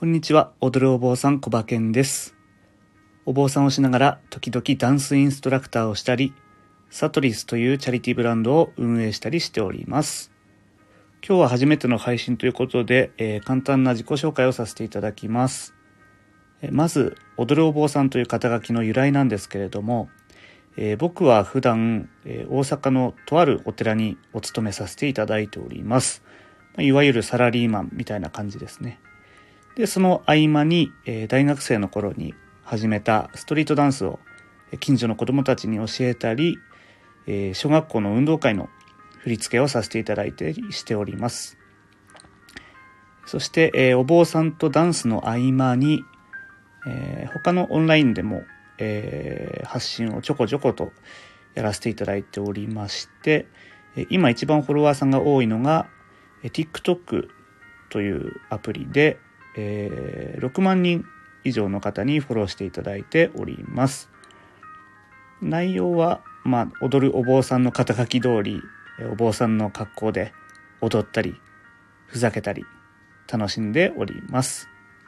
こんにちは、踊るお坊さん、こばけんです。お坊さんをしながら時々ダンスインストラクターをしたり、サトリスというチャリティーブランドを運営したりしております。今日は初めての配信ということで、簡単な自己紹介をさせていただきます。まず、踊るお坊さんという肩書きの由来なんですけれども、僕は普段、大阪のとあるお寺にお勤めさせていただいております。いわゆるサラリーマンみたいな感じですね。で、その合間に、大学生の頃に始めたストリートダンスを近所の子どもたちに教えたり、小学校の運動会の振り付けをさせていただいてしております。そして、お坊さんとダンスの合間に、他のオンラインでも、発信をちょこちょことやらせていただいておりまして、今一番フォロワーさんが多いのが、TikTok というアプリで、6万人以上の方にフォローしていただいております。内容は、踊るお坊さんの肩書き通り、お坊さんの格好で踊ったり、ふざけたり、楽しんでおります。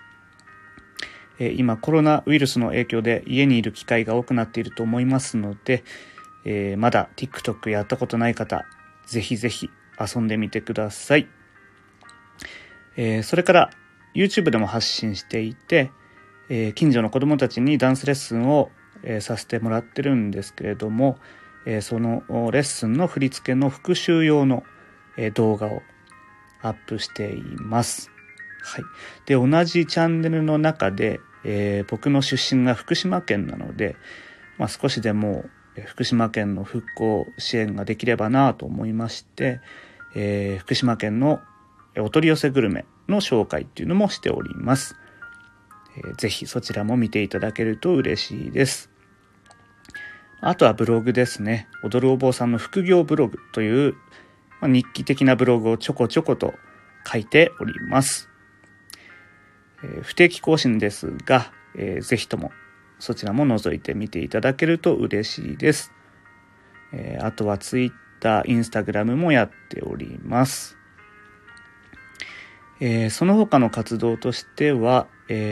今コロナウイルスの影響で家にいる機会が多くなっていると思いますので、まだ TikTok やったことない方、ぜひぜひ遊んでみてください。それから YouTube でも発信していて、近所の子どもたちにダンスレッスンを、させてもらってるんですけれども、そのレッスンの振り付けの復習用の、動画をアップしています。はい。で、同じチャンネルの中で、僕の出身が福島県なので、少しでも福島県の復興支援ができればなと思いまして、福島県のお取り寄せグルメの紹介っていうのもしております。ぜひそちらも見ていただけると嬉しいです。あとはブログですね。踊るお坊さんの副業ブログという、日記的なブログをちょこちょこと書いております。不定期更新ですが、ぜひともそちらも覗いてみていただけると嬉しいです。あとは Twitter、Instagram もやっております。その他の活動としては、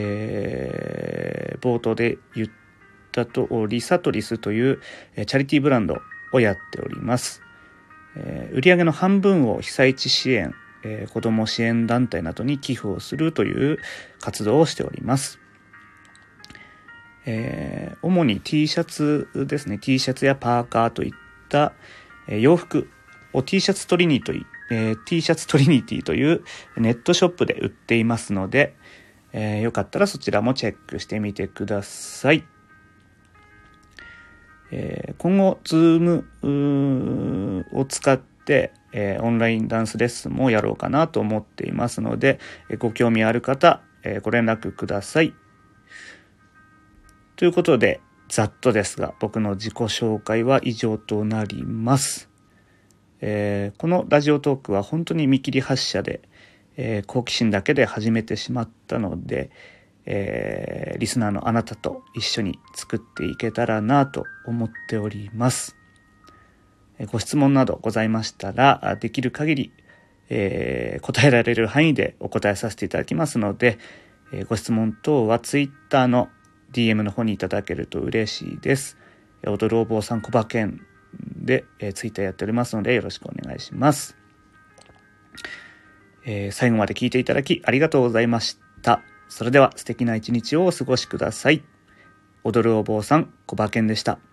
冒頭で言った通りサトリスというチャリティーブランドをやっております。売上の半分を被災地支援、子ども支援団体などに寄付をするという活動をしております。主に T シャツですね。T シャツやパーカーといった洋服を T シャツトリニティというネットショップで売っていますので、よかったらそちらもチェックしてみてください。今後 Zoom を使ってオンラインダンスレッスンもやろうかなと思っていますので、ご興味ある方、ご連絡ください。ということで、ざっとですが僕の自己紹介は以上となります。このラジオトークは本当に見切り発車で、好奇心だけで始めてしまったので、リスナーのあなたと一緒に作っていけたらなと思っております。ご質問などございましたら、できる限り、答えられる範囲でお答えさせていただきますので、ご質問等は Twitter の DM の方にいただけると嬉しいです。踊るお坊さんこばけんで、Twitter やっておりますのでよろしくお願いします。最後まで聞いていただきありがとうございました。それでは素敵な一日をお過ごしください。踊るお坊さんこばけんでした。